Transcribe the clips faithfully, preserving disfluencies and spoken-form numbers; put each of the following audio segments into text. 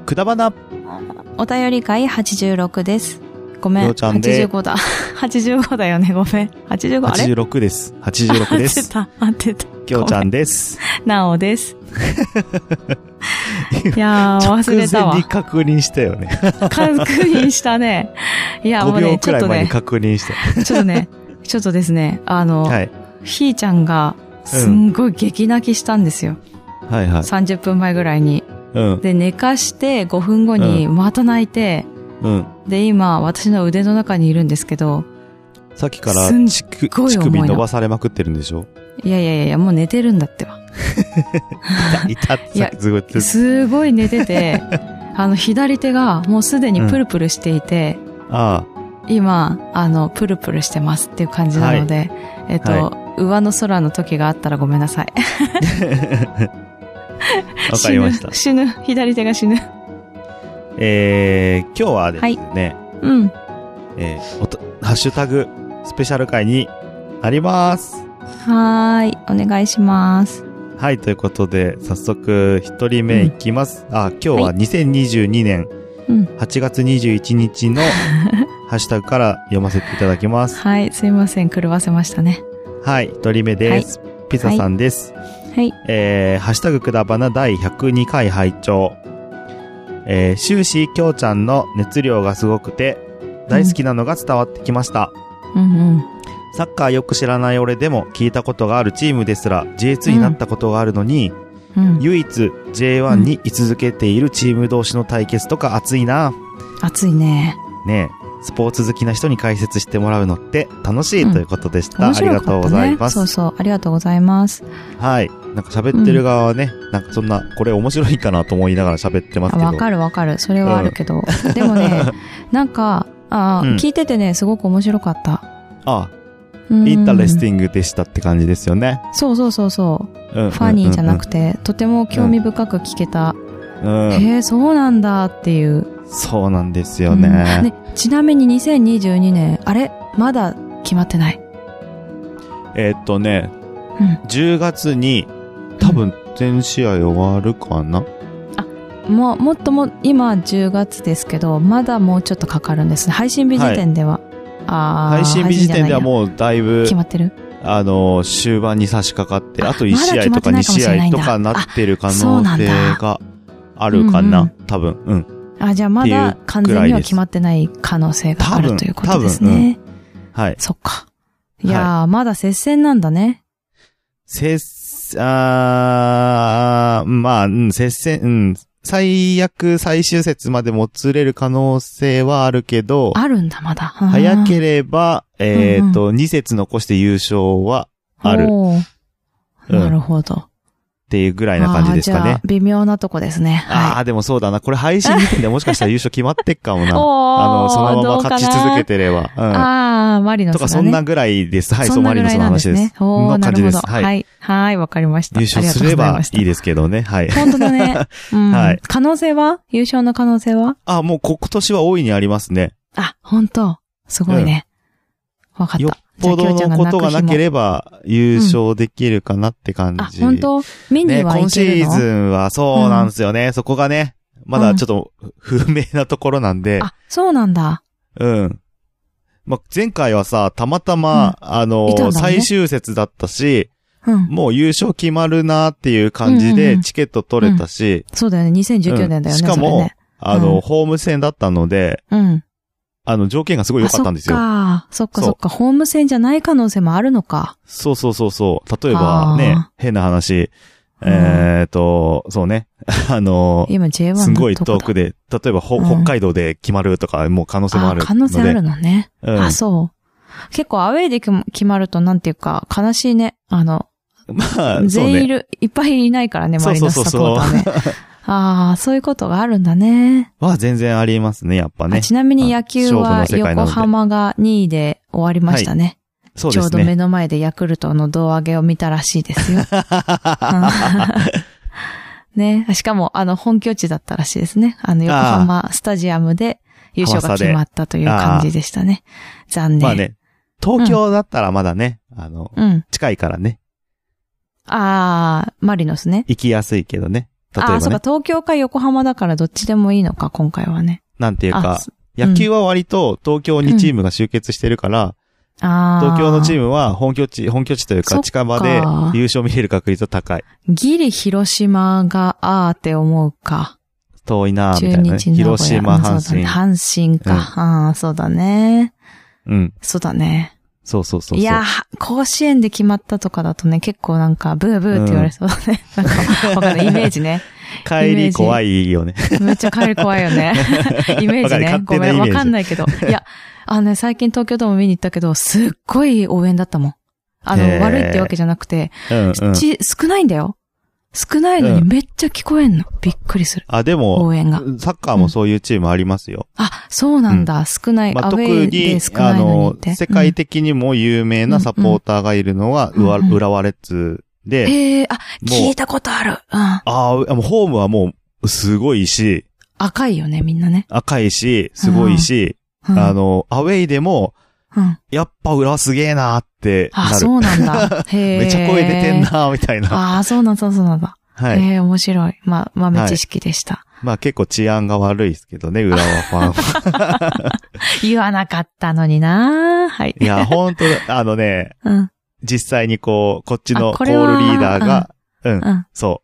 くだばな。 お便り会はちじゅうろくです。ごめん。 ようちゃんではちじゅうごだ。はちじゅうごだよね。ごめん。はちじゅうご、あれ ?はちじゅうろくです。はちじゅうろくです。 合ってた。合ってた。 きょうちゃんです。 なおです。いやー、忘れたわ。 直前に確認したよね。 確認したね。いや、もうね、ちょっとね。 確認した。 ちょっとね、ちょっとですね、あの、 はい、 ひーちゃんが、すんごい激泣きしたんですよ。 うん、はいはい。 さんじゅっぷんまえぐらいに。 うん。 で、寝かしてごふんごにまた泣いて、うん。で、今、私の腕の中にいるんですけど、 さっきから乳首伸ばされまくってるんでしょ？ いやいやいや、もう寝てるんだってば。 いたって、すごい。 すごい寝てて、あの、左手がもうすでにプルプルしていて、うん、ああ今、あの、プルプルしてますっていう感じなので、はい、えっと、はい、上の空の時があったらごめんなさい。 わかりました。 死ぬ、死ぬ、左手が死ぬ。 えー、今日はですね、 はい、うん。 えー、おと、ハッシュタグ、スペシャル回になります。 はーい、お願いします。 はい、ということで、早速、一人目いきます。うん、あ、今日はにせんにじゅうにねんはちがつにじゅういちにちのハッシュタグから読ませていただきます。 はい、すいません、狂わせましたね。 はい、一人目です。はい、ピザさんです。 はい。 えー、ハッシュタグくだばなだいひゃくにかい拝聴。えー、終始きょうちゃんの熱量がすごくて、大好きなのが伝わってきました。 うんうんうん、 サッカーよく知らない俺でも聞いたことがあるチームですら ジェイツー になったことがあるのに、うん、唯一 ジェイワン に居続けているチーム同士の対決とか熱いな。 熱いね。 ねえ。スポーツ好きな人に解説してもらうのって楽しいということでした。うん、 面白かったね、 ありがとうございます。 そうそう、ありがとうございます。 はい。なんか喋ってる側はね、うん、なんかそんな、これ面白いかなと思いながら喋ってますけど。 わかるわかる。それはあるけど。うん、でもね、なんか、あ、うん、聞いててね、すごく面白かった。 ああ。インタレスティングでしたって感じですよね。 そうそうそうそう。うん、ファニーじゃなくて、うんうんうん、とても興味深く聞けた。うん、へえ、そうなんだっていう。 そうなんですよね。 うん、ね、ちなみににせんにじゅうにねん、あれまだ決まってない。 えー、っとね、うん、じゅうがつに多分全試合終わるかな、うん、 あ、もう、もっとも、今じゅうがつですけど、まだもうちょっとかかるんですね。配信日時点では。はい、あ配信日時点ではもうだいぶ、 決まってるあの、終盤に差し掛かって、あといち試合とかに試合とかなってる可能性があるかな、多分。うん。 あ、じゃあまだ完全には決まってない可能性があるということですね。 うん、はい。 そっか。いやー、はい、まだ接戦なんだね。 接、あー、まあ、うん、接戦、うん。最悪最終節までもつれる可能性はあるけど。 あるんだ、まだ。 早ければ、えっと、うんうん、に節残して優勝はある。 うん、なるほど。 っていうぐらいな感じですかね。じゃあ微妙なとこですね。 はい、ああ、でもそうだな。これ配信時点でもしかしたら優勝決まってっかもな。あの、そのまま勝ち続けてれば。うん、 ああ、マリノス、ね。 とかそんなぐらいです。はい、そう、マリノスの話です。 の感じです。 はい。はい、はい、わかりました。 優勝すればいいですけどね。はい。 本当だね。うん、はい。可能性は優勝の可能性はあ、もう今年は大いにありますね。 あ、本当すごいね。わ、うん、かった。 よっぽどのことがなければ優勝できるかなって感じ。 うん、あ、本当見には行けるの、ね、 今シーズンはそうなんですよね、うん。そこがね、まだちょっと不明なところなんで。 あ、そうなんだ。 うん。ま、前回はさ、たまたま、うん、あの、ね、最終節だったし、うん、もう優勝決まるなっていう感じでチケット取れたし。うんうんうん、 そうだよね、にせんじゅうきゅうねんだよね。 しかも、 ね、 あの、うん、ホーム戦だったので、うん。あの、条件がすごい良かったんですよ。 そっか、そっかそっか、ホーム戦じゃない可能性もあるのか。 そうそうそうそう。例えばね、変な話、えっと、そうね、あの、 今 ジェイワンすごい遠くで、例えば、うん、北海道で決まるとか、もう可能性もあるので。 可能性あるのね。 うん、 あ、そう。結構アウェイで決まるとなんていうか、悲しいね。あの、 まあ、 全員いる、ね、いっぱいいないからね、マリノスサポーターね。そうそうそうそうああ、そういうことがあるんだね。 は全然ありますね、やっぱね。 ちなみに野球は横浜がにいで終わりましたね。はい、 そうですね。 ちょうど目の前でヤクルトの胴上げを見たらしいですよ。ね、しかもあの本拠地だったらしいですね。あの横浜スタジアムで優勝が決まったという感じでしたね。残念。 まあね、東京だったらまだね、うん、あの、うん、近いからね。 ああ、マリノスね。 行きやすいけどね。 例えばね。 あ、そうか、東京か横浜だからどっちでもいいのか、今回はね。 なんていうか、野球は割と東京にチームが集結してるから、うん東京のチームは本拠地、本拠地というか近場で優勝見れる確率は高い。 ギリ広島があーって思うか。 遠いなーみたいなね。広島、阪神。 阪神か。うん、ああ、そうだね。 うん。 そうだね。 そうそうそうそう。 いや、甲子園で決まったとかだとね、結構なんかブーブーって言われそうだね。うん、なんか、わかんない。イメージね。 帰り怖いよね。 めっちゃ帰り怖いよね。イメージね。ごめん、わかんないけど。いや、あのね、最近東京ドーム見に行ったけど、すっごい応援だったもん。あの、悪いってわけじゃなくて、うんうん、ち少ないんだよ。少ないのにめっちゃ聞こえんの。うん、びっくりする。 あ、でも、応援が。サッカーもそういうチームありますよ。 うん、あ、そうなんだ。うん、少ない。まあ、アウェイで少ないのにって。 特に、あの、世界的にも有名なサポーターがいるのは、うんうん、浦和レッズで。 ええー、あ、聞いたことある。うん。 ああ、もうホームはもう、すごいし。 赤いよね、みんなね。 赤いし、すごいし、うん、あの、アウェイでも、うん、やっぱ浦和すげえなーってなる。 あ、そうなんだ。へー。 めっちゃ声出てんなーみたいな。 ああ、そうなんだ、そうなんだ。はい。へえ、面白い。まあ、豆知識でした。はい、 まあ結構治安が悪いですけどね、浦和ファンは。 言わなかったのになー。はい。 いや、ほんと、あのね、うん、実際にこう、こっちのコールリーダーが、うん、うん、そう、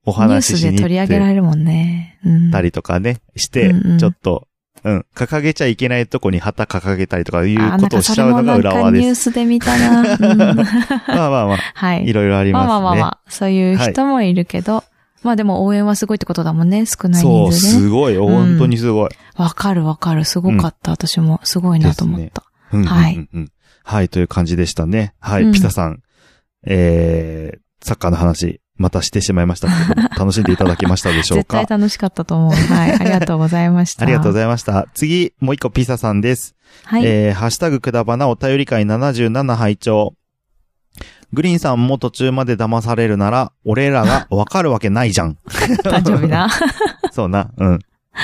お話ししに行って。ニュースで取り上げられるもんね。 うん。たりとかね、して、うんうん、ちょっと、うん。掲げちゃいけないとこに旗掲げたりとかいうことをしちゃうのが浦和です。 ニュースで見たな。うん、まあまあまあ。はい。いろいろありますね。 まあまあまあまあ。そういう人もいるけど。はい、まあでも応援はすごいってことだもんね。少ない人数で、ね。そう、 すごい。本当にすごい。 わ、うん、かるわかる。すごかった、うん。私も。すごいなと思った。 ね、うん、 はい、 うんうん。はい。という感じでしたね。はい。うん、ピタさん。えー、サッカーの話。またしてしまいましたけど、楽しんでいただけましたでしょうか？ 絶対楽しかったと思う。はい。ありがとうございました。 ありがとうございました。次、もう一個ピサさんです。はい。えー、ハッシュタグくだばなお便り会ななじゅうなな拝聴。グリーンさんも途中まで騙されるなら、俺らがわかるわけないじゃん。 誕生日な。 そうな、うん。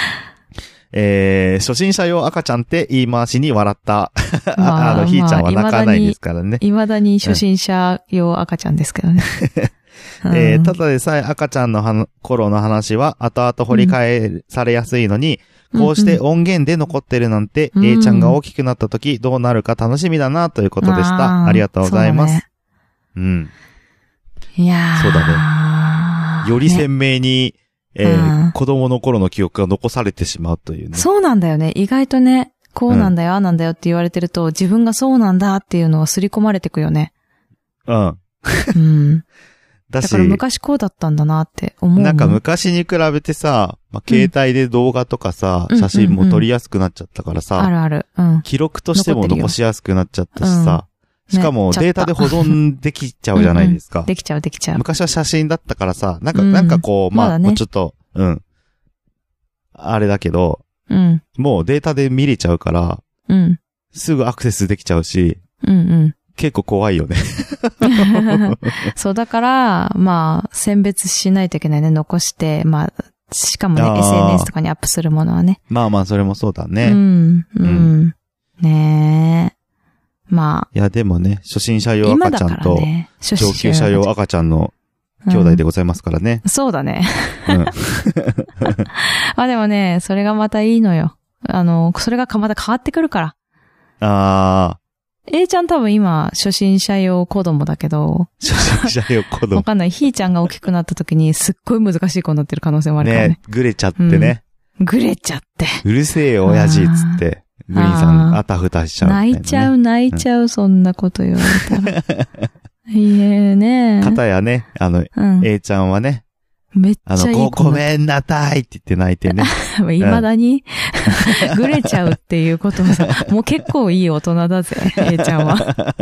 えー、初心者用赤ちゃんって言い回しに笑った。まあ、あの、ひーちゃんは泣かないですからね。 未だに初心者用赤ちゃんですけどね。 うんえー、ただでさえ赤ちゃんのは頃の話は後々掘り返されやすいのに、うん、こうして音源で残ってるなんて、うん、A ちゃんが大きくなった時どうなるか楽しみだなということでした。あ, ありがとうございます。う, ね、うん。 いやー。 そうだね。より鮮明に、ねえーうん、子供の頃の記憶が残されてしまうというね。 そうなんだよね。意外とね、こうなんだよ、うん、ああなんだよって言われてると、自分がそうなんだっていうのを刷り込まれてくよね。 うん。 うん。だから昔こうだったんだなって思う。 なんか昔に比べてさ、まあ、携帯で動画とかさ、うん、写真も撮りやすくなっちゃったからさ、 あるある、うん、 記録としても残しやすくなっちゃったしさ、うんね、しかもデータで保存できちゃうじゃないですか。 うんうん、できちゃうできちゃう。 昔は写真だったからさ、なんか、うん、なんかこう、まあ、まだね、もうちょっと、うん。あれだけど、うん、もうデータで見れちゃうから、うん、すぐアクセスできちゃうし、うんうん結構怖いよね。 そう、だから、まあ、選別しないといけないね。残して、まあ、しかもね、エスエヌエス とかにアップするものはね。 まあまあ、それもそうだね。 うん、うん。うん、ねえ。まあ。 いや、でもね、初心者用赤ちゃんと、ね、上級者用赤ちゃんの兄弟でございますからね。 うん、そうだね。うん。まあでもね、それがまたいいのよ。あの、それがまた変わってくるから。 ああ。 A ちゃん多分今、初心者用子供だけど。 初心者用子供。 わかんない。ひーちゃんが大きくなった時に、すっごい難しい子になってる可能性もあるからね。ね、 ぐれちゃってね。 うん、ぐれちゃって。 うるせえよ、親父、つって。グリーンさん、あたふたしちゃう、ね。 泣いちゃう、泣いちゃう、うん、そんなこと言われたら。いえね。 かたやね、あの、うん、A ちゃんはね。 めっちゃいい子。あの、 ごめんなさいって言って泣いてね。 未だに、うん、ぐれちゃうっていうことはさ、もう結構いい大人だぜ、A ちゃんは。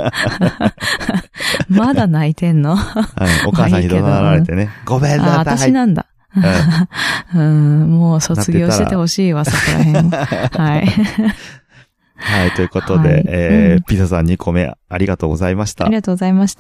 まだ泣いてんの、はい、 お母さんに怒鳴られてね。ごめんなさい。あ、 私なんだ。うん、もう卒業しててほしいわ、そこら辺。はい。 はい、ということで、はい、えーうん、ピザさんにこめありがとうございました。 ありがとうございました。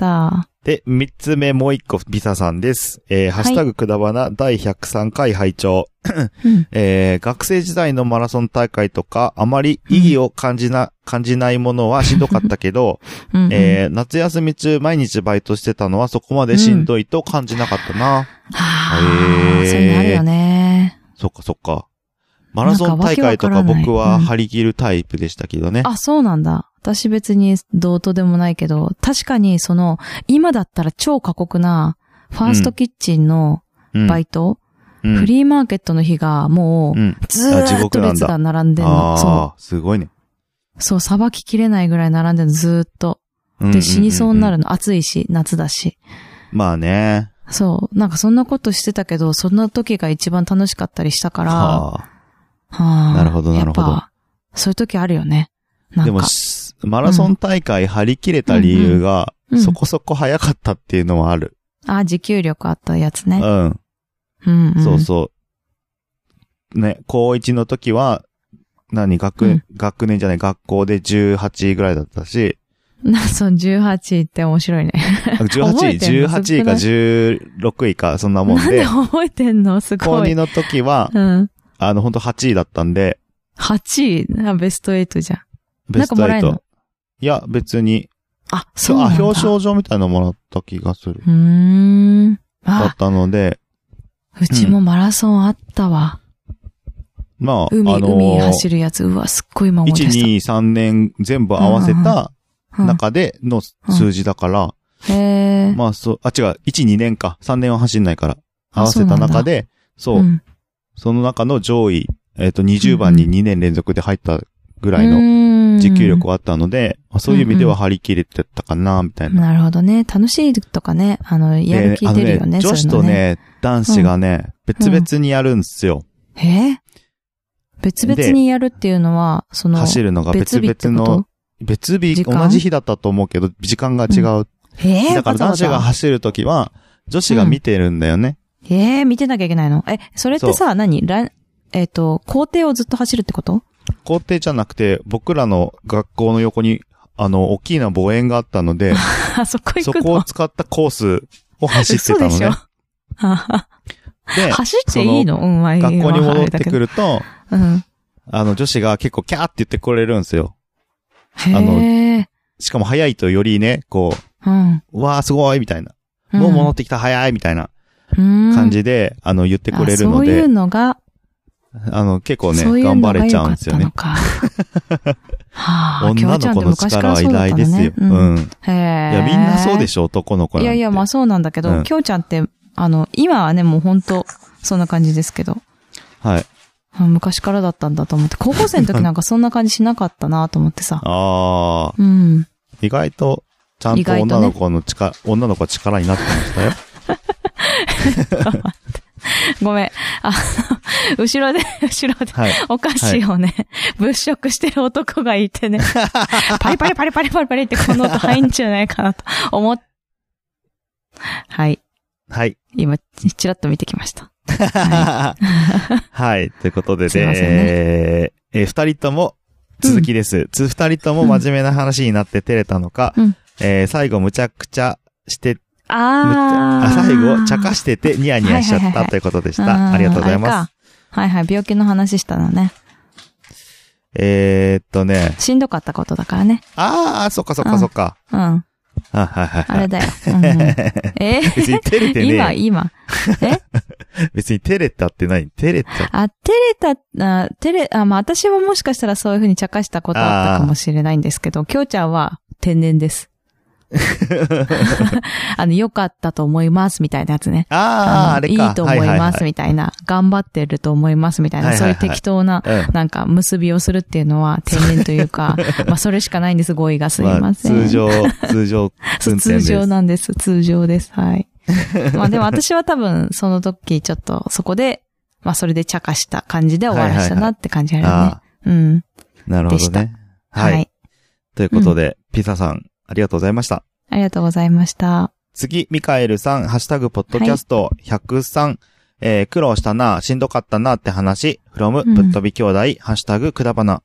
で、みっつめもういっこピザさんです。えー、ハッシュタグくだばなだいひゃくさんかい拝聴、うんえー。学生時代のマラソン大会とか、あまり意義を感じな、うん、感じないものはしんどかったけど、うんうんえー、夏休み中毎日バイトしてたのはそこまでしんどいと感じなかったな。うん、はあ、えー、そういうのあるよね。 そっかそっか。マラソン大会とか僕は張り切るタイプでしたけどね。 うん、あ、そうなんだ。私別にどうとでもないけど、確かにその、今だったら超過酷な、ファーストキッチンのバイト、うん、フリーマーケットの日がもう、ずーっと列が並んでるの。 うん、そう。すごいね。 そう、さばききれないぐらい並んでるの、ずーっと。で、死にそうになるの。暑いし、夏だし。 まあね。 そう。なんかそんなことしてたけど、そんな時が一番楽しかったりしたから、はあはあ、なるほど、なるほど。やっぱ、 そういう時あるよね。なんかでも、マラソン大会張り切れた理由が、うんうん、そこそこ早かったっていうのはある。 あ、持久力あったやつね。 うん。うんうん、そうそう。ね、高いちの時は、何、学、うん、学年じゃない、学校でじゅうはちいぐらいだったし。 な、そう、じゅうはちいって面白いね。 じゅうはちい、じゅうはちいかじゅうろくいか、そんなもんで。なんで覚えてんのすごい。 高にの時は、うん、あの、ほんとはちいだったんで。 はちいベストはちじゃん。 ベストはち。なんかもらえるの？いや、別に。 あ、そうなんだ。 あ、表彰状みたいなのもらった気がする。 うーん。 だったので。 うちもマラソンあったわ。 うん、まあ、 海、 あのー、 海走るやつ。うわ、すっごい今思い出した。 いち、に、さんねん全部合わせた中での数字だから。 うんうん、へー。 まあ、そう、あ、違う、いち、にねんか。さんねんは走んないから。合わせた中で、そう。そう、うん、その中の上位、えっと、にじゅうばんににねん連続で入ったぐらいの持久力はあったので、うん、そういう意味では張り切れてたかな、みたいな、うんうん。 なるほどね。楽しいとかね、あの、やる気出るよね。 ね女子とね、ね男子がね、うん、別々にやるんですよ。 うん、え別々にやるっていうのは、その、 走るのが別々の、別日、同じ日だったと思うけど、時間が違う。うん、 えー、 だから男子が走るときは、女子が見てるんだよね。 うん、えー、見てなきゃいけないの？え、それってさ、何ラン、えっと、校庭をずっと走るってこと？ 校庭じゃなくて、僕らの学校の横に、あの、大きな墓園があったので、 そこ行くの？ そこを使ったコースを走ってたのね。 嘘でしょ？で、走っていいの？うん、まあいい。 学校に戻ってくると、 うん、 あの、女子が結構キャーって言ってくれるんですよ。 へー。 あの、しかも早いとよりね、こう、うん、うわーすごいみたいな。もう戻ってきた早いみたいな感じで、あの、言ってくれるので。 そういうのが、 あの、結構ね、頑張れちゃうんですよね。 はあ、 女の子の力は偉大ですよ。うん。うん、へえ。いや、みんなそうでしょ、男の子なんて。 いやいや、まあそうなんだけど、きょうちゃんって、あの、今はね、もう本当そんな感じですけど。 はい。 昔からだったんだと思って、高校生の時なんかそんな感じしなかったなと思ってさ。 ああ。 うん。 意外と、ちゃんと女の子の力、ね、女の子は力になってましたよ。 ごめん。あの、後ろで、後ろで、お菓子をね、はい、物色してる男がいてね、パリパリパリパリパリパリってこの音入んじゃないかなと思っ、はい。 はい。 今、ちらっと見てきました。 はい。はい。ということでね、えー、えー、二人とも、続きです。つ、うん、二人とも真面目な話になって照れたのか、うん、えー、最後むちゃくちゃして、 ああ最後、茶化しててニヤニヤしちゃったということでした。はいはいはいはい、ありがとうございます。 はいはい、病気の話したのね。 えー、っとね。 しんどかったことだからね。 ああ、そっかそっかそっか。 うん。うん、 あ、はいはい。 あれだよ。うん、えー、 別に照れてね。 今、今。え別に照れたって何？照れた。 あ、照れた、あ、照れ、あ、まあ私はもしかしたらそういう風に茶化したことあったかもしれないんですけど、きょうちゃんは天然です。あの、良かったと思いますみたいなやつね。 ああ、あれか。 いいと思いますみたいな、はいはいはい。頑張ってると思いますみたいな。はいはいはい、そういう適当な、うん、なんか、結びをするっていうのは天然というか、まあ、それしかないんです、語彙がすいません。 まあ、通常、通常、 通常なんです。通常です。はい。まあでも私は多分、その時ちょっと、そこで、まあそれで茶化した感じで終わらしたなって感じあるよね。はいはいはい、うん。 なるほどね。はい。はい、ということで、うん、ピザさん、ありがとうございました。 ありがとうございました。 次、ミカエルさん、ハッシュタグポッドキャストひゃくさん、はい、えー、苦労したな、しんどかったなって話、from、うん、ぶっ飛び兄弟、ハッシュタグくだばな。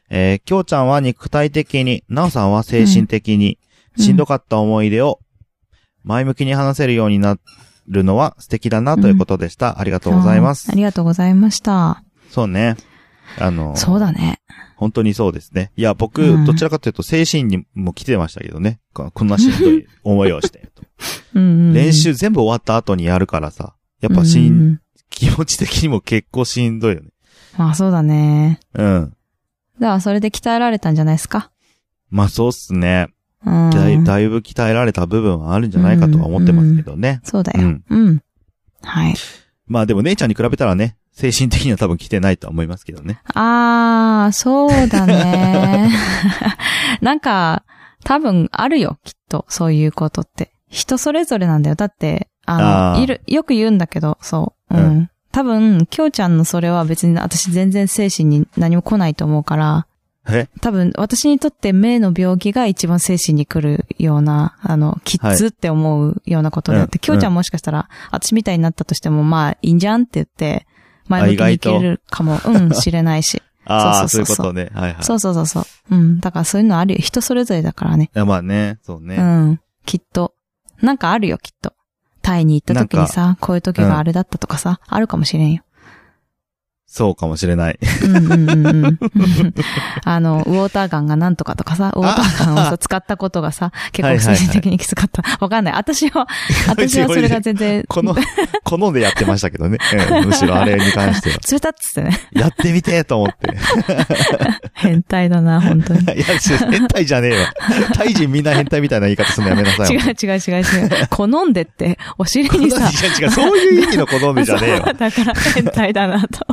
えー、きょうちゃんは肉体的に、なおさんは精神的に、うん、しんどかった思い出を前向きに話せるようになるのは素敵だなということでした。うん、ありがとうございます。 ありがとうございました。 そうね。あの、 そうだね。 本当にそうですね。いや、僕、うん、どちらかというと精神にも来てましたけどね。こんなしんどい思いをして。うんうん、練習全部終わった後にやるからさ。やっぱしん、うんうん、気持ち的にも結構しんどいよね。 まあそうだね。 うん。 だからそれで鍛えられたんじゃないですか。 まあそうっすね。うん、だい、だいぶ鍛えられた部分はあるんじゃないかとは思ってますけどね。 うんうん、そうだよ、うん。うん。はい。 まあでも姉ちゃんに比べたらね、精神的には多分来てないとは思いますけどね。 あー、そうだね。なんか、多分あるよ、きっと。そういうことって。人それぞれなんだよ。だって、あの、あいる、よく言うんだけど、そう。うん。うん、多分、きょうちゃんのそれは別に私全然精神に何も来ないと思うから、 え多分、私にとって目の病気が一番精神に来るような、あの、きつって思うようなことであって、きょうちゃんもしかしたら、私みたいになったとしても、まあ、いいんじゃんって言って、前向きにいけるかも、うん、知れないし。 ああ、そういうことね。はいはい。 そうそうそうそう。うん。だからそういうのあるよ。人それぞれだからね。 いや、まあね、そうね。 うん。きっと。なんかあるよ、きっと。タイに行った時にさ、こういう時があれだったとかさ、うん、あるかもしれんよ。 そうかもしれない。 うんうんうんうん。あの、ウォーターガンがなんとかとかさ、ウォーターガンをさ、使ったことがさ、結構精神的にきつかった。わ、はいはいはい、かんない。私は、私はそれが全然。 この、好んでやってましたけどね。うん、むしろあれに関しては。 釣れたっつってね。 やってみてと思って。 変態だな、本当に。いや、変態じゃねえよ。タイ人みんな変態みたいな言い方するのやめなさい。 違う違う違う違う。好んでって、お尻にさ。 違う違う、そういう意味の好んでじゃねえよ。 だから変態だなと。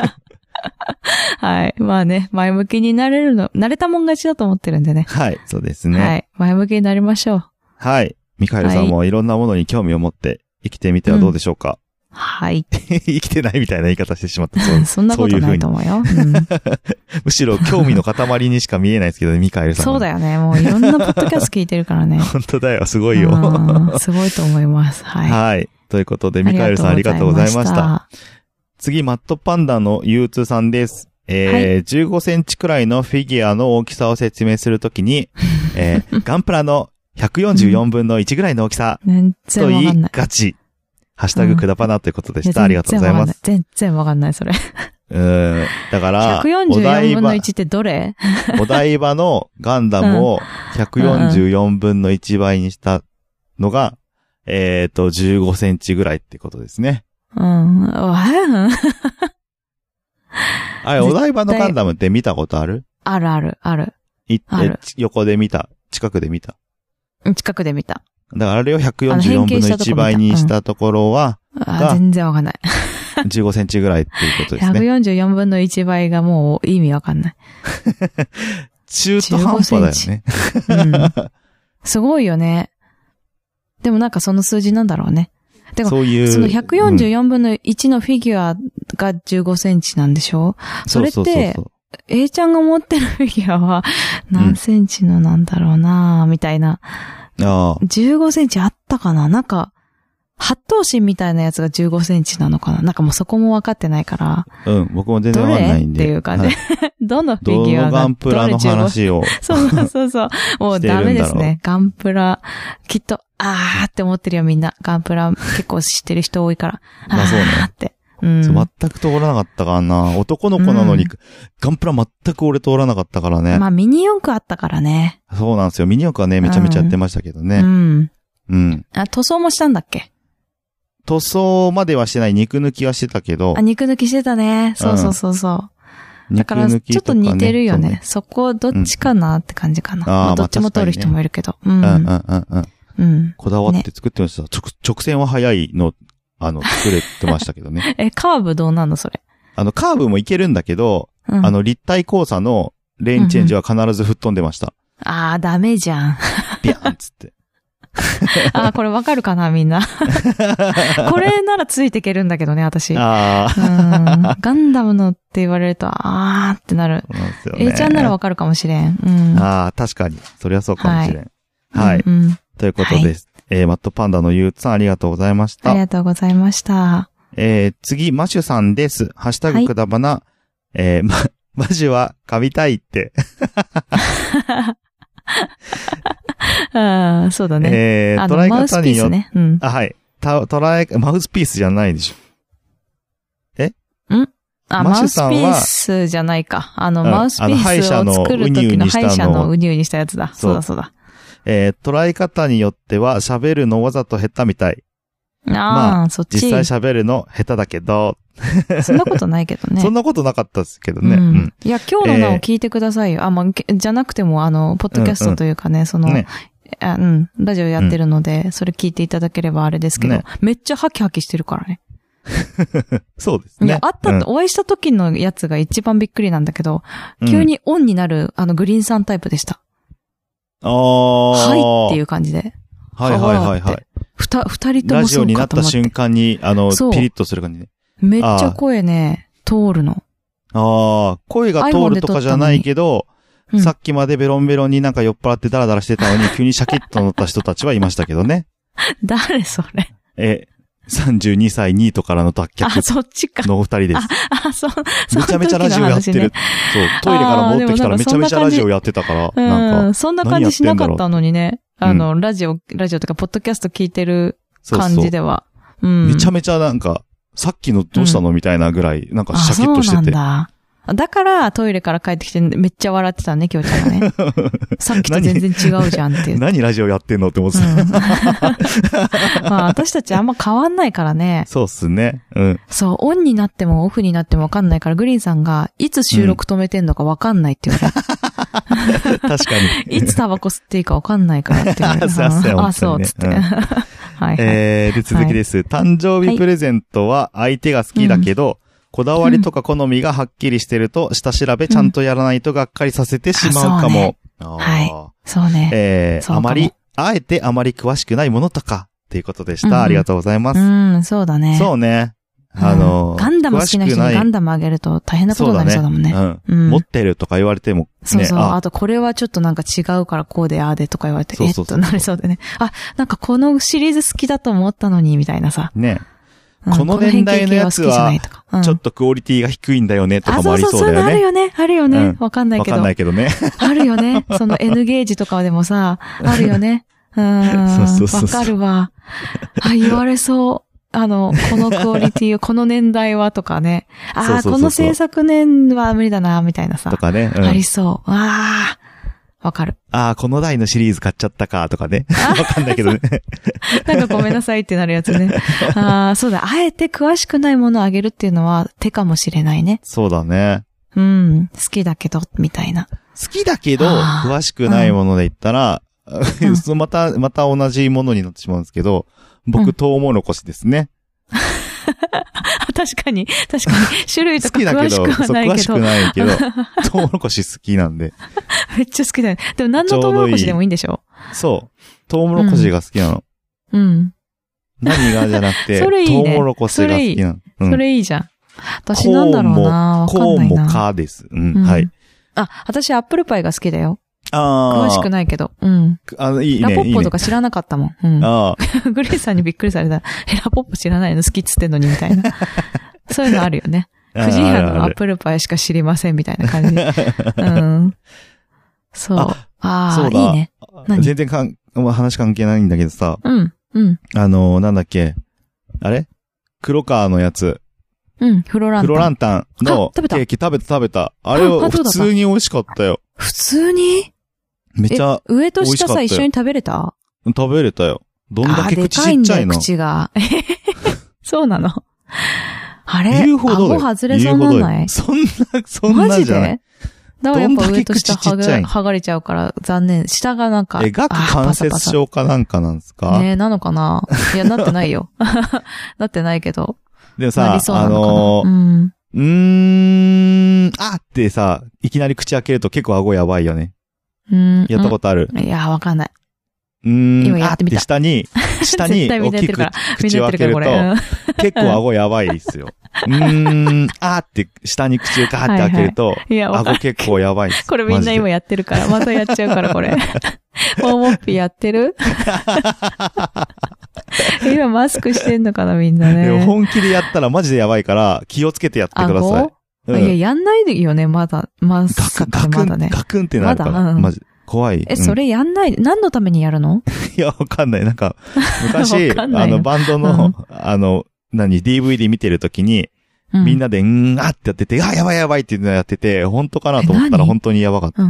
はい。まあね、前向きになれるの、慣れたもん勝ちだと思ってるんでね。 はい、そうですね。 はい。前向きになりましょう。 はい。ミカエルさんもいろんなものに興味を持って生きてみてはどうでしょうか。 うん、はい。 生きてないみたいな言い方してしまった。そうそんなことないと思うよ。うううん、 むしろ興味の塊にしか見えないですけどね、ミカエルさん。 そうだよね。もういろんなポッドキャスト聞いてるからね。 本当だよ、すごいよ。 すごいと思います。はい。 はい。ということで、ミカエルさんありがとうございました。次、マットパンダのゆうつさんです。えーはい、じゅうごセンチくらいのフィギュアの大きさを説明するときに、えー、ガンプラのひゃくよんじゅうよんぶんのいちぐらいの大きさと言いがち。ハッシュタグくだぱなということでした。うん、ありがとうございます。 全然わかんない、それ。 うん。だから、 ひゃくよんじゅうよんぶんのいちってどれ？ お台場のガンダムをひゃくよんじゅうよんぶんのいちばいにしたのが、えっと、じゅうごセンチぐらいってことですね。 うん。 あれ、お台場のガンダムって見たことある？ あるある、ある。 いって横で見た。近くで見た。 近くで見た。 だからあれをひゃくよんじゅうよんぶんのいちばいにしたところは、 うん、あ全然わかんない。 じゅうごセンチぐらいっていうことですね。 ひゃくよんじゅうよんぶんのいちばいがもう意味わかんない。 中途半端だよね。 うん。すごいよね。でもなんかその数字なんだろうね。でも、そういう。そのひゃくよんじゅうよんぶんのいちのフィギュアがじゅうごセンチなんでしょ？それって、そうそうそうそう A ちゃんが持ってるフィギュアは何センチのなんだろうなぁ、みたいな。 ああ。 じゅうごセンチあったかな？なんか、八頭身みたいなやつがじゅうごセンチなのかな？なんかもうそこも分かってないから。 うん、僕も全然分かんないんで。 どれっていう感じ。はい、どのフィギュアがどのガンプラの話を。 そうそうそうそう。もうダメですね。ガンプラ。きっと、あーって思ってるよみんな。ガンプラ結構知ってる人多いから。 まあそうね。 あーって。うん、 全く通らなかったからな。男の子なのに、うん、ガンプラ全く俺通らなかったからね。 まあミニ四駆あったからね。 そうなんですよ。ミニ四駆はね、めちゃめちゃやってましたけどね。 うん。 うん。 あ、塗装もしたんだっけ？ 塗装まではしてない、肉抜きはしてたけど。 あ、肉抜きしてたね。そうそうそうそう。だから、ちょっと似てるよね。そこ、どっちかなって感じかな。まあ、どっちも通る人もいるけど。うん。 うんうんうんうん。 うん。 こだわって作ってました。直、直線は速いの、あの、作れてましたけどね。 え、カーブどうなのそれ。 あの、カーブもいけるんだけど、あの、立体交差のレーンチェンジは必ず吹っ飛んでました。 あー、ダメじゃん。 ビャーンつって。 あー、これわかるかなみんな。これならついていけるんだけどね、私。 あー。ガンダムのって言われると、あーってなる。そうね、A ちゃんならわかるかもしれん。うん、 あー、確かに。そりゃそうかもしれん。はい。はいうんうん、 ということです。はい、えー、マットパンダのゆうつさんありがとうございました。 ありがとうございました。 えー、次、マシュさんです。ハッシュタグくだばな。はい、えー、ま、 マジは噛みたいって。 ああ、そうだね。 えー、捉え方によって、 ねうん、 あ、はい。た、捉え、マウスピースじゃないでしょ。えんあ、マウスピースじゃないか。あの、うん、マウスピースを作る時の歯医者のウニューにしたやつだ。そうだそうだ。 えー、捉え方によっては喋るのわざと下手みたい。 ああ、 まあ、 そっち。 実際喋るの下手だけど。 そんなことないけどね。 そんなことなかったですけどね。 うんうん、いや、今日の名を聞いてくださいよ。えー、あ、まあ、じゃなくても、あの、ポッドキャストというかね、うんうん、その、ね、あ、うん、ラジオやってるので、うん、それ聞いていただければあれですけど、ね、めっちゃハキハキしてるからね。 そうですね。 いや、あった、うん、お会いした時のやつが一番びっくりなんだけど、急にオンになる、あの、グリーンさんタイプでした。 ああ。 はいっていう感じで。 はいはいはいはい。 ふた、二人ともそうかと思って。 ラジオになった瞬間に、あの、ピリッとする感じね。 めっちゃ声ね、通るの。 ああ、声が通るとかじゃないけど、うん、さっきまでベロンベロンになんか酔っ払ってダラダラしてたのに、急にシャキッと乗った人たちはいましたけどね。 誰それえ、さんじゅうにさいニートからの脱却あ、そっちか。 のお二人です。 あ、あそう、 めちゃめちゃラジオやってる。そう、トイレから戻ってきたらめちゃめちゃラジオやってたから、なんか。 そんな感じしなかったのにね。あの、うん、ラジオ、ラジオとか、ポッドキャスト聞いてる感じでは。そうそううん、 めちゃめちゃなんか、さっきのどうしたの、うん、みたいなぐらい、なんかシャキッとしてて。 そうなんだ。だから、トイレから帰ってきてめっちゃ笑ってたね、きょうちゃんがね。さっきと全然違うじゃんって。 何ラジオやってんのって思ってた。うん、 まあ、私たちあんま変わんないからね。 そうっすね。うん。 そう、オンになってもオフになってもわかんないから、グリーンさんが、いつ収録止めてんのかわかんないって言われた。 確かに。 いつタバコ吸っていいかわかんないからって言われた。あ、そう、つって。うん、はいはい、 えー、で、続きです。はい、誕生日プレゼントは相手が好きだけど、はいうんこだわりとか好みがはっきりしてると、下調べちゃんとやらないとがっかりさせてしまうかも。 うん、はい。そうね。 えー、あまり、あえてあまり詳しくないものとか、っていうことでした。うん、ありがとうございます。 うん、そうだね。 そうね。あのー、 ガンダム好きな人にガンダムあげると大変なことになりそうだもんね。 そうだね。うん。うん、持ってるとか言われても、ね。 そうそう。あ, あとこれはちょっとなんか違うからこうでああでとか言われて、そうそうそうえっとなりそうでね。あ、なんかこのシリーズ好きだと思ったのに、みたいなさ。 ね。この年代のやつは、ちょっとクオリティが低いんだよね、とかもありそうだよね。 あ、そうそう、そういうのあるよね。あるよね。わかんないけど。 わかんないけどね。 あるよね。その N ゲージとかでもさ、あるよね。うん。そうそうそう。わかるわ。あ、言われそう。あの、このクオリティを、この年代はとかね。ああ、この制作年は無理だな、みたいなさ。 とかね。 ありそう。ああ。わかる。 ああ、この台のシリーズ買っちゃったか、とかね。わかんないけどね。 なんかごめんなさいってなるやつね。ああ、そうだ。あえて詳しくないものをあげるっていうのは手かもしれないね。 そうだね。 うん。好きだけど、みたいな。 好きだけど、詳しくないもので言ったら、うん、また、また同じものになってしまうんですけど、僕、うん、トウモロコシですね。 確かに、確かに、種類とか詳しくはないけど。 詳しくないけど、トウモロコシ好きなんで。 めっちゃ好きだよね。でも何のトウモロコシでもいいんでしょ？ そう。トウモロコシが好きなの。 うん。 何がじゃなくて、 それいいね、 トウモロコシが好きなの。 それいい、うん、それいいじゃん。私なんだろうな、わかんないな。 コーンもカです。うん、うん、はい。 あ、私アップルパイが好きだよ。 ああ。詳しくないけど。うん。 あの、いいね。 ラポッポとか知らなかったもん。いいね、うん。 ああ。グレーさんにびっくりされた。え、ラポッポ知らないの好きっつってんのにみたいな。そういうのあるよね。藤井屋のアップルパイしか知りませんみたいな感じ。うん。そう。ああ、そうだ。いいね。 全然かん、話関係ないんだけどさ。 うん。うん。 あのー、なんだっけ。あれ黒川のやつ。 うん、フロランタン。 フロランタンのケーキ食べた食べた。あれは普通に美味しかったよ。 普通にめっちゃ上と下さ一緒に食べれた？ 食べれたよ。どんだけ口ちっちゃいの？ でかいんだよ、口が。そうなの。あれ言うほどだよ。 顎外れそうなんない？ そんな、そんなじゃない。 だからやっぱ上と下はが、剥がれちゃうから残念。下がなんか。 え、顎関節症かなんかなんですか？ ねえ、なのかないや、なってないよ。なってないけど。 でもさ、あのー、うん、うーん、あってさ、いきなり口開けると結構顎やばいよね。 うん。 やったことある？ いや、わかんない。 うーん、 今やってみた。 下に、下に大きく口を開けると、結構顎やばいですよ。うーん、あーって下に口をガーって開けると、はいはい、顎結構やばいです。 これみんな今やってるから、またやっちゃうからこれ。モーモッピーやってる？今マスクしてんのかなみんなね。 でも本気でやったらマジでやばいから気をつけてやってください。 うん、 いや、やんないよね、まだ。まさかまだね。 ガクンってなるから。まだ、うん、マジ。怖い。 え、うん、それやんない、何のためにやるの？ いや、わかんない。なんか、昔、あの、バンドの、うん、あの、何、ディーブイディー 見てるときに、うん、みんなで、んーあってやってて、あ、やばいやばいっていうのやってて、本当かなと思ったら本当にやばかった。うん、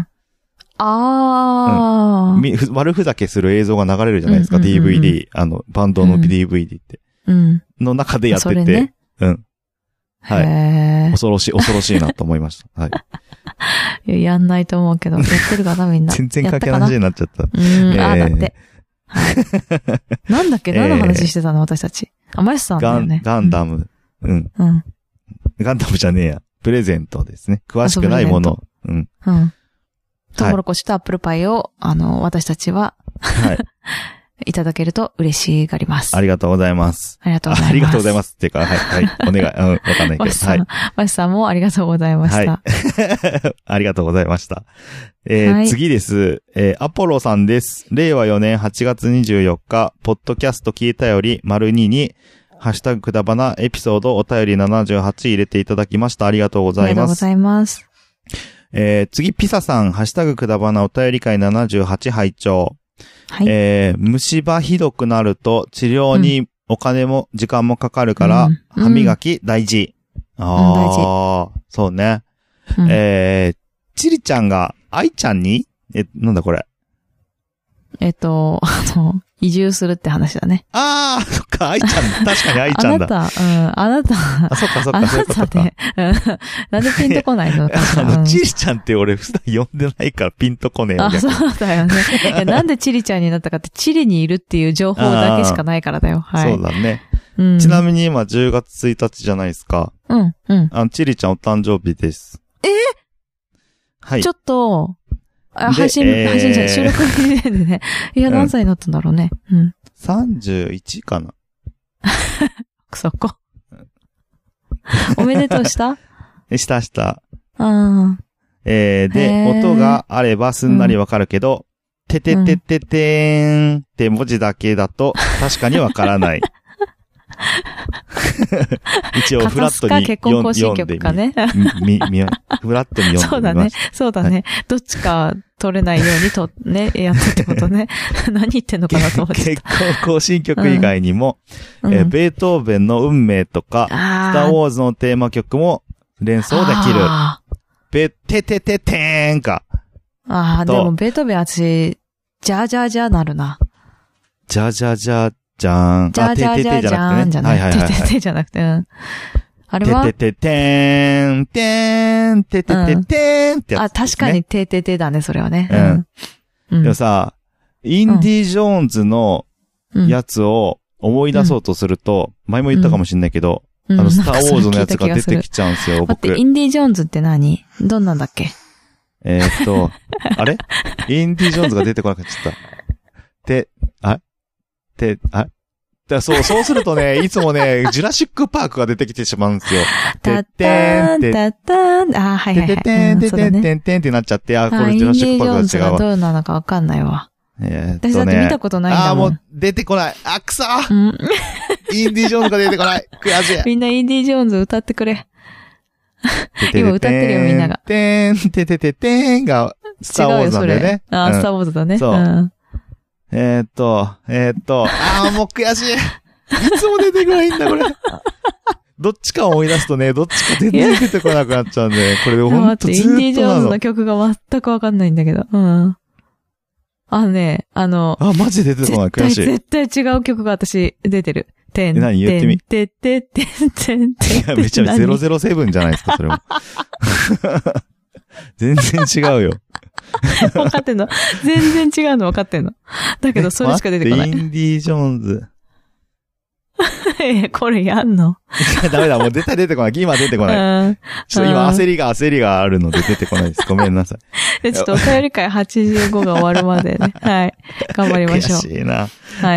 あー、 うん。悪ふざけする映像が流れるじゃないですか、うんうんうんうん、ディーブイディー、あの、バンドの ディーブイディー って。うん。の中でやってて、ね、うん。はい。恐ろしい、恐ろしいなと思いました。はい。 いや、やんないと思うけど、やってるかな、みんな。 全然かけ話になっちゃった。 うん、えー、あ、だって。はい。なんだっけ、何の話してたの、私たち。あ、マシさんだよね。 ガンダム。うん。うん。ガンダムじゃねえや。プレゼントですね。詳しくないもの。うん。うん。 トウモロコシとアップルパイを、あの、私たちは、はい。いただけると嬉しがります。 ありがとうございます。 ありがとうございます。 ありがとうございます。っていうか、はい、はい。お願い。うん、わかんないけど。はい。 マシさんもありがとうございました。はい。 ありがとうございました。えーはい、次です。えー、アポロさんです。れいわよねんはちがつにじゅうよっか、ポッドキャスト聞いたより、丸にに、ハッシュタグくだばなエピソードお便りななじゅうはち入れていただきました。ありがとうございます。ありがとうございます。 えー、次、ピサさん、ハッシュタグくだばなお便り会ななじゅうはち拝聴。はい。えー、虫歯ひどくなると治療にお金も時間もかかるから、うん、歯磨き大事。うん、ああ、大事。そうね。うん、えー、チリちゃんが愛ちゃんにえ、なんだこれ。 えっと、あの、移住するって話だね。 ああ、そっか、愛ちゃん、確かに愛ちゃんだ。 あなた、うん、あなた。 あ、そっかそっか、そういうことか。あなたで、なんでピンとこないのあの、チリちゃんって俺普段呼んでないからピンとこねえよ。 あ、そうだよね。なんでチリちゃんになったかって、チリにいるっていう情報だけしかないからだよ。はい。 そうだね。うん、ちなみに今じゅうがつついたちじゃないですか。うん、うん。あの、チリちゃんお誕生日です。 えー、はい。ちょっと、あ、配信、えー、配信じゃない、収録時点でね。いや、何歳になったんだろうね。うん。 さんじゅういちかな。 そこ。おめでとうしたしたした。 ああ。 えー、で、音があればすんなりわかるけど、うん、てててててーんって文字だけだと確かにわからない。一応フラットに読んでみ、み、み、フラットに読んでみます。 そうだね。そうだね。はい、どっちか取れないようにと、ね、やってってことね。何言ってんのかなと思って。 結構行進曲以外にも、うんえー、ベートーベンの運命とか、スターウォーズのテーマ曲も連想できる。べ、ててててーんか。 ああ、でもベートーベン私、じゃじゃじゃなるな。 じゃじゃじゃじゃーん。 じゃじゃじゃじゃーんじゃなくて、てててじゃなくて、うん。あれはててててーん、てーん、ててててーんってやつ、ね。 あ、確かにてててだね、それはね。 うん。でもさ、インディ・ジョーンズのやつを思い出そうとすると、前も言ったかもしれないけど、あの、スター・ウォーズのやつが出てきちゃうんですよ、僕。 待って、インディ・ジョーンズって何？どんなんだっけ？ えーっと、あれインディ・ジョーンズが出てこなくなっちゃった。て、あて、あだそう、そうするとね、いつもね、ジュラシックパークが出てきてしまうんですよ。 てってーん、てってーん、あ、はいはいはい。 てってん、てってん、てんてんってなっちゃって、あ、これジュラシックパークが違うわ。 どうなのかわかんないわ。 えー、 私だって見たことないんだもん。 あ、もう出てこない。あ、くそー、うん、インディ・ジョーンズが出てこない。悔しい。 みんなインディ・ジョーンズ歌ってくれ。今歌ってるよ、みんなが。 てん、ててててんが、スター・ウォーズなんだよね。 あ、スター・ウォーズだね。 そう。えーっと、えーっと、あーもう悔しい。いつも出てこないんだ、これ。どっちか思い出すとね、どっちか全然出てこなくなっちゃうんで、これでほんとずっとインディ・ジョーンズの曲が全くわかんないんだけど。うん。あのね、あの、 あ、マジで出てこない、悔しい。 絶対、絶対違う曲が私出てる。てん、 何言ってみ。 てってってってんてん。 いや、めちゃめちゃゼロゼロセブンじゃないですか、それも。全然違うよ。 分かってんの。全然違うの分かってんの。だけど、それしか出てこない。 インディ・ジョーンズ。 え、これやんの？ いや、ダメだ、もう絶対出てこない。今出てこない。ちょっと今焦りが焦りがあるので出てこないです。ごめんなさい。 ちょっとお便り会はちじゅうごが終わるまでね。はい。頑張りましょう。 悔しいな。 はい。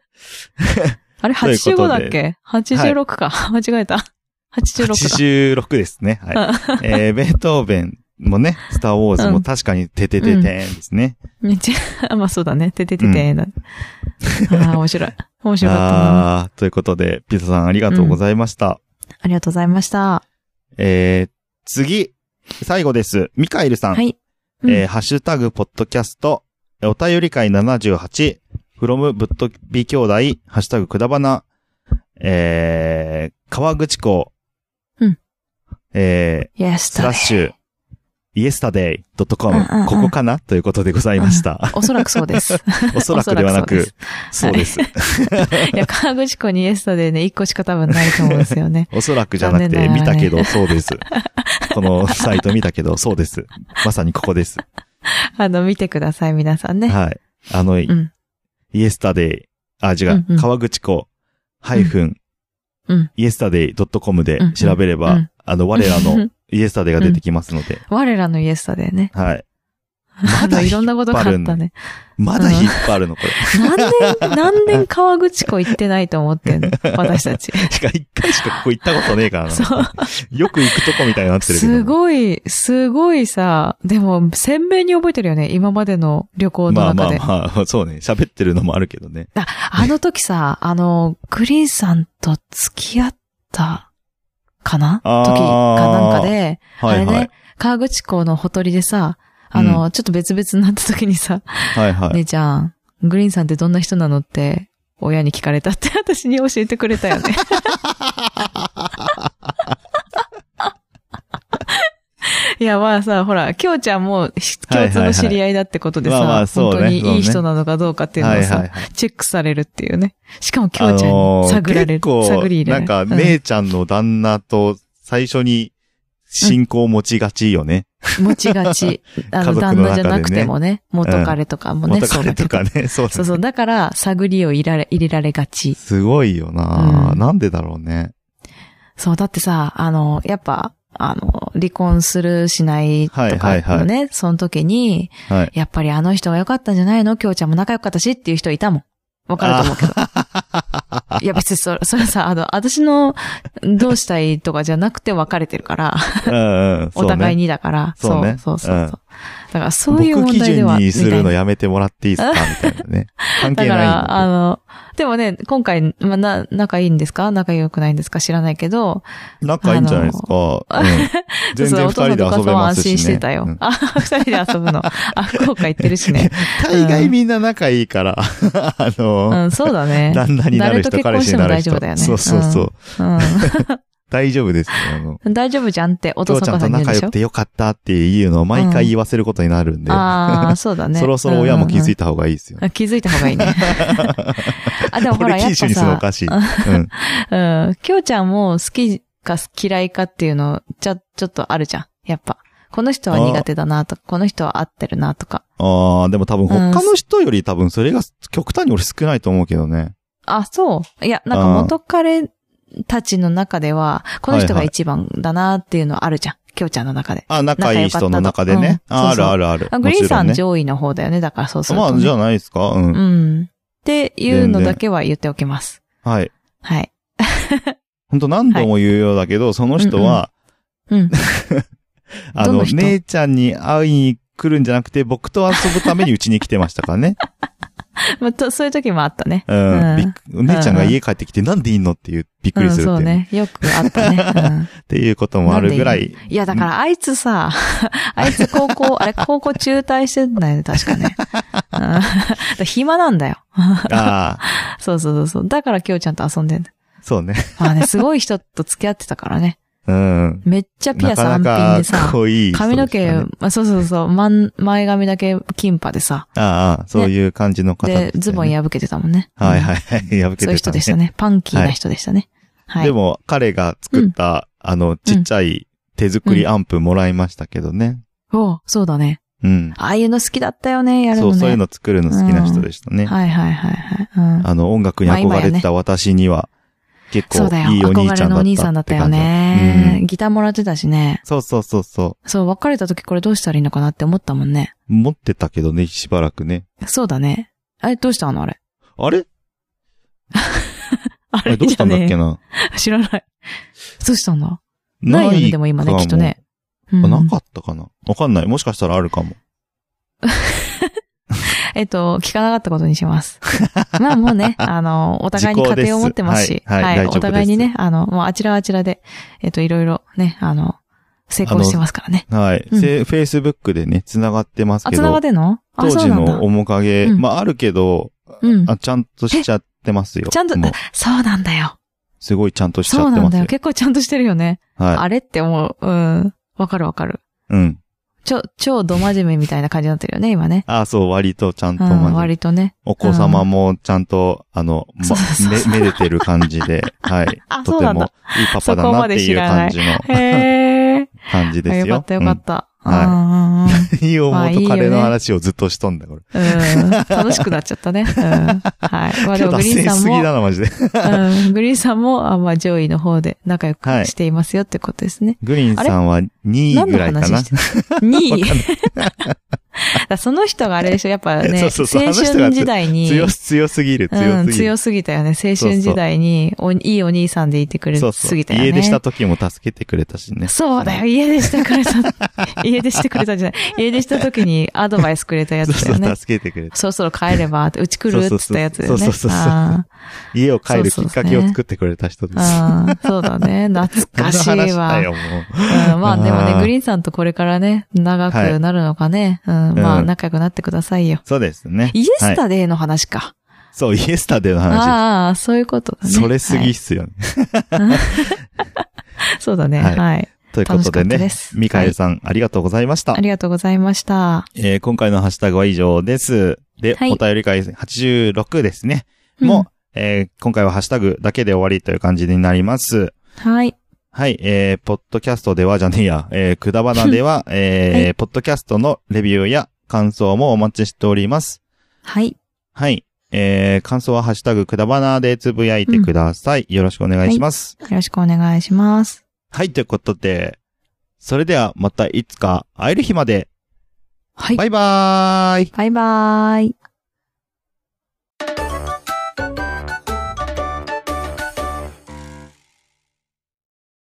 あれ、はちじゅうごだっけ ?はちじゅうろく か。間違えた。はちじゅうろくか。 はちじゅうろくですね。はい。えー、ベートーベンもね、スター・ウォーズも確かにててててんですね。 めっちゃ、まあそうだね。ててててんだ。ああ、面白い。面白かったな。 ああ、ということで、ピザさんありがとうございました。 ありがとうございました。 えー、 次、最後です。ミカエルさん。 はい。うん、 えー、ハッシュタグ、ポッドキャスト、お便り会ななじゅうはち、from ぶっとび兄弟、ハッシュタグ、くだばな、えー、川口湖、 うん。 えー、スラッシュ、イエスタデイドットコム、ここかなということでございました。 うん、おそらくそうです。 おそらくではなく、そうです。 はい、いや、川口湖にイエスタデイね、いっこしか多分ないと思うんですよね。 おそらくじゃなくて、見たけど、そうです。このサイト見たけど、そうです。まさにここです。 あの、見てください、皆さんね。 はい。あの、うん、イエスタデイ、あ、違う、うんうん、川口湖、ハイフン、うん、イエスタデイドットコムで調べれば、うんうん、あの、我らのイエスタデイが出てきますので。 うん、我らのイエスタデイね。 はい。 まだいろんなことがあったね。 まだ引っ張るの、これ。 何年、何年川口湖行ってないと思ってんの私たち。 しか一回しかここ行ったことねえからな。そう。よく行くとこみたいになってるけど。 すごい、すごいさ、でも鮮明に覚えてるよね。今までの旅行の中で。 まあまあまあ、そうね。喋ってるのもあるけどね。 あ、あの時さ、あの、グリーンさんと付き合ったかな時かなんかで、はいはい、あれね、川口湖のほとりでさ、あの、うん、ちょっと別々になった時にさ、はいはい。姉ちゃん、グリーンさんってどんな人なのって親に聞かれたって私に教えてくれたよね。いや、まあさ、ほら、きょうちゃんも共通の知り合いだってことでさ、はいはいはい、本当にいい人なのかどうかっていうのをさ、はいはいはい、チェックされるっていうね。しかもきょうちゃんに探られる。あのー、探り入れる。 なんか、姉ちゃんの旦那と最初に信仰を持ちがちよね。 うん、持ちがち。あの、旦那じゃなくてもね、元彼とかもね、 うん、元彼とかね、そうだね。 そうそう。だから、探りを入れられ、入れられがち。 すごいよな、うん、なんでだろうね。 そう、だってさ、あの、やっぱ、あの、離婚するしないとかのね、はいはいはい、その時に、はい、やっぱりあの人が良かったんじゃないの？きょうちゃんも仲良かったしっていう人いたもん。わかると思うけど。いや別にそれ、それさ、あの、私のどうしたいとかじゃなくて別れてるから、うんうんね、お互いにだから、そう、ね、そうそうそう、うん。だからそういう問題では。 僕基準にするのやめてもらっていいですかみたいなね。関係ないんだ。だから、 あの、でもね、今回、まあ、な、仲いいんですか？仲良くないんですか？知らないけど。 仲いいんじゃないですか？うん、全然二人で遊べますしね。安心してたよ。 うん、あ、二人で遊ぶの。あ、福岡行ってるしね。 大概みんな仲いいから、あの、 うん、そうだね。 旦那になる人、彼氏になる人。 誰と結婚しても大丈夫だよね。 そうそうそう。うんうん大丈夫ですよ。あの大丈夫じゃんってお父さんが言うんでしょ。 父ちゃんと仲良くてよかったっていうのを毎回言わせることになるんで。 うん、ああ、そうだね。 そろそろ親も気づいた方がいいですよ。 うんうん、気づいた方がいいね。あ、でもほら、やっぱさ。 にするのおかしい。うん。 うん。きょうちゃんも好きか嫌いかっていうの、ちょ、ちょっとあるじゃん。やっぱ。この人は苦手だなとか、この人は合ってるなとか。 ああ、でも多分他の人より多分それが極端に俺少ないと思うけどね。 あ、そう。いや、なんか元彼、たちの中では、この人が一番だなっていうのあるじゃん。きょうちゃんの中で。 あ、仲いい人の中でね。うん、あ, そうそうあるあるある。 グリーンさん、ね、上位の方だよね。だからそうすると、ね。 まあ、じゃないですか。うん。 うん。っていうのだけは言っておきます。 はい。 はい。 本当何度も言うようだけど、はい、その人は、うん、うん。あの、姉ちゃんに会いに来るんじゃなくて、僕と遊ぶためにうちに来てましたからね。 まあ、と、そういう時もあったね。 うん。お姉ちゃんが家帰ってきて、なんでいいのっていう、びっくりするっていう、 うん。そうね。よくあったね。うん、 っていうこともあるぐらい。い, いや、だからあいつさ、あいつ高校、あれ、高校中退してんだよね、確かね。うん、暇なんだよ。ああ。そうそうそうそう。だからきょうちゃんと遊んでんだ。 そうね。 まあね、すごい人と付き合ってたからね。 うん。 めっちゃピアス安品でさ、 なかなか濃い、ね、 髪の毛、そうそうそう、前、前髪だけキンパでさ。 ああ、そういう感じの方で、ね。 で、ズボン破けてたもんね。 はいはいはい、破けてた、ね。 そういう人でしたね。パンキーな人でしたね。はい。はい、 でも、彼が作った、うん、あの、ちっちゃい手作りアンプもらいましたけどね。 うん、おそうだね。 うん。 ああいうの好きだったよね、やるのね。 そう、そういうの作るの好きな人でしたね。 うん、はいはいはいはい。うん、 あの、音楽に憧れてた私には、結構いいお兄ちゃんだったって感じ。そうだよ。憧れのお兄さんだったよね、うん。ギターもらってたしね。 そうそうそうそう。 そう、別れた時これどうしたらいいのかなって思ったもんね。 持ってたけどね、しばらくね。 そうだね。あれ、どうしたのあれ。 あれあれどうしたんだっけな知らない。どうしたんだないよね、でも今ね、きっとね。 うん、なかったかなわかんない。もしかしたらあるかも。 えっと、聞かなかったことにします。まあもうね、あの、お互いに家庭を持ってますし、はい、はい、はい、お互いにね、あの、もうあちらはあちらで、えっと、いろいろね、あの、 成功してますからね。 はい。うん、Facebook でね、繋がってますけど。 あ、繋がってんの？ 当時の面影、うん、まああるけど、うん、あ、ちゃんとしちゃってますよ。 ちゃんと、そうなんだよ。 すごいちゃんとしちゃってますよ。 そうなんだよ。結構ちゃんとしてるよね。 はい。 あれって思う。うん。わかるわかる。 うん。 ちょ、超ど真面目みたいな感じになってるよね、今ね。 ああ、そう、割とちゃんと真面目。 うん、割とね。 お子様もちゃんと、うん、あの、ま、め、めでてる感じで、はい。とてもいいパパだなっていう感じの、 へー感じですよ。 よかったよかった。 うん、はい。いい思うと彼の話をずっとしとんだ、これ。 うん。楽しくなっちゃったね。うん。はい。まあでもグリーンさんも。 すぎだな、マジで。 うん。グリーンさんも、あまあ上位の方で仲良くしていますよってことですね。 グリーンさんはにいぐらいかな。 にいその人があれでしょ、やっぱね、そうそうそう青春時代に。 強、強すぎる、強すぎる。うん、 強すぎたよね。青春時代にお、いいお兄さんでいてくれすぎたよね。 家出した時も助けてくれたしね。 そうだよ、家出してくれた。家出してくれたじゃない。家出した時にアドバイスくれたやつだよね。 そうそう、助けてくれた。 そろそろ帰ればって、うち来るって言ったやつだよね。 そうそうそうそう。家を帰るきっかけを作ってくれた人です。 ああ、そうだね。懐かしいわ。 話だよ、もう。 うん、まあでもね、グリーンさんとこれからね、長くなるのかね。うん、まあ仲良くなってくださいよ。 そうですね。 イエスタデーの話か。 そう、イエスタデーの話です。 ああ、そういうことだね。 それすぎっすよね。 そうだね。はい。 ということでね、ミカエルさん、ありがとうございました。 ありがとうございました。 えー、今回のハッシュタグは以上です。で、お便り会はちじゅうろくですね。もう、えー、今回はハッシュタグだけで終わりという感じになります。 はい。 はい、えー、ポッドキャストではじゃねえや、えー、くだばなでは、えー、はい、ポッドキャストのレビューや感想もお待ちしております。 はい。 はい。えー、感想はハッシュタグくだばなでつぶやいてください。うん、よろしくお願いします、 はい。よろしくお願いします。 はい、ということで、それではまたいつか会える日まで。 はい。 バイバーイ。 バイバーイ。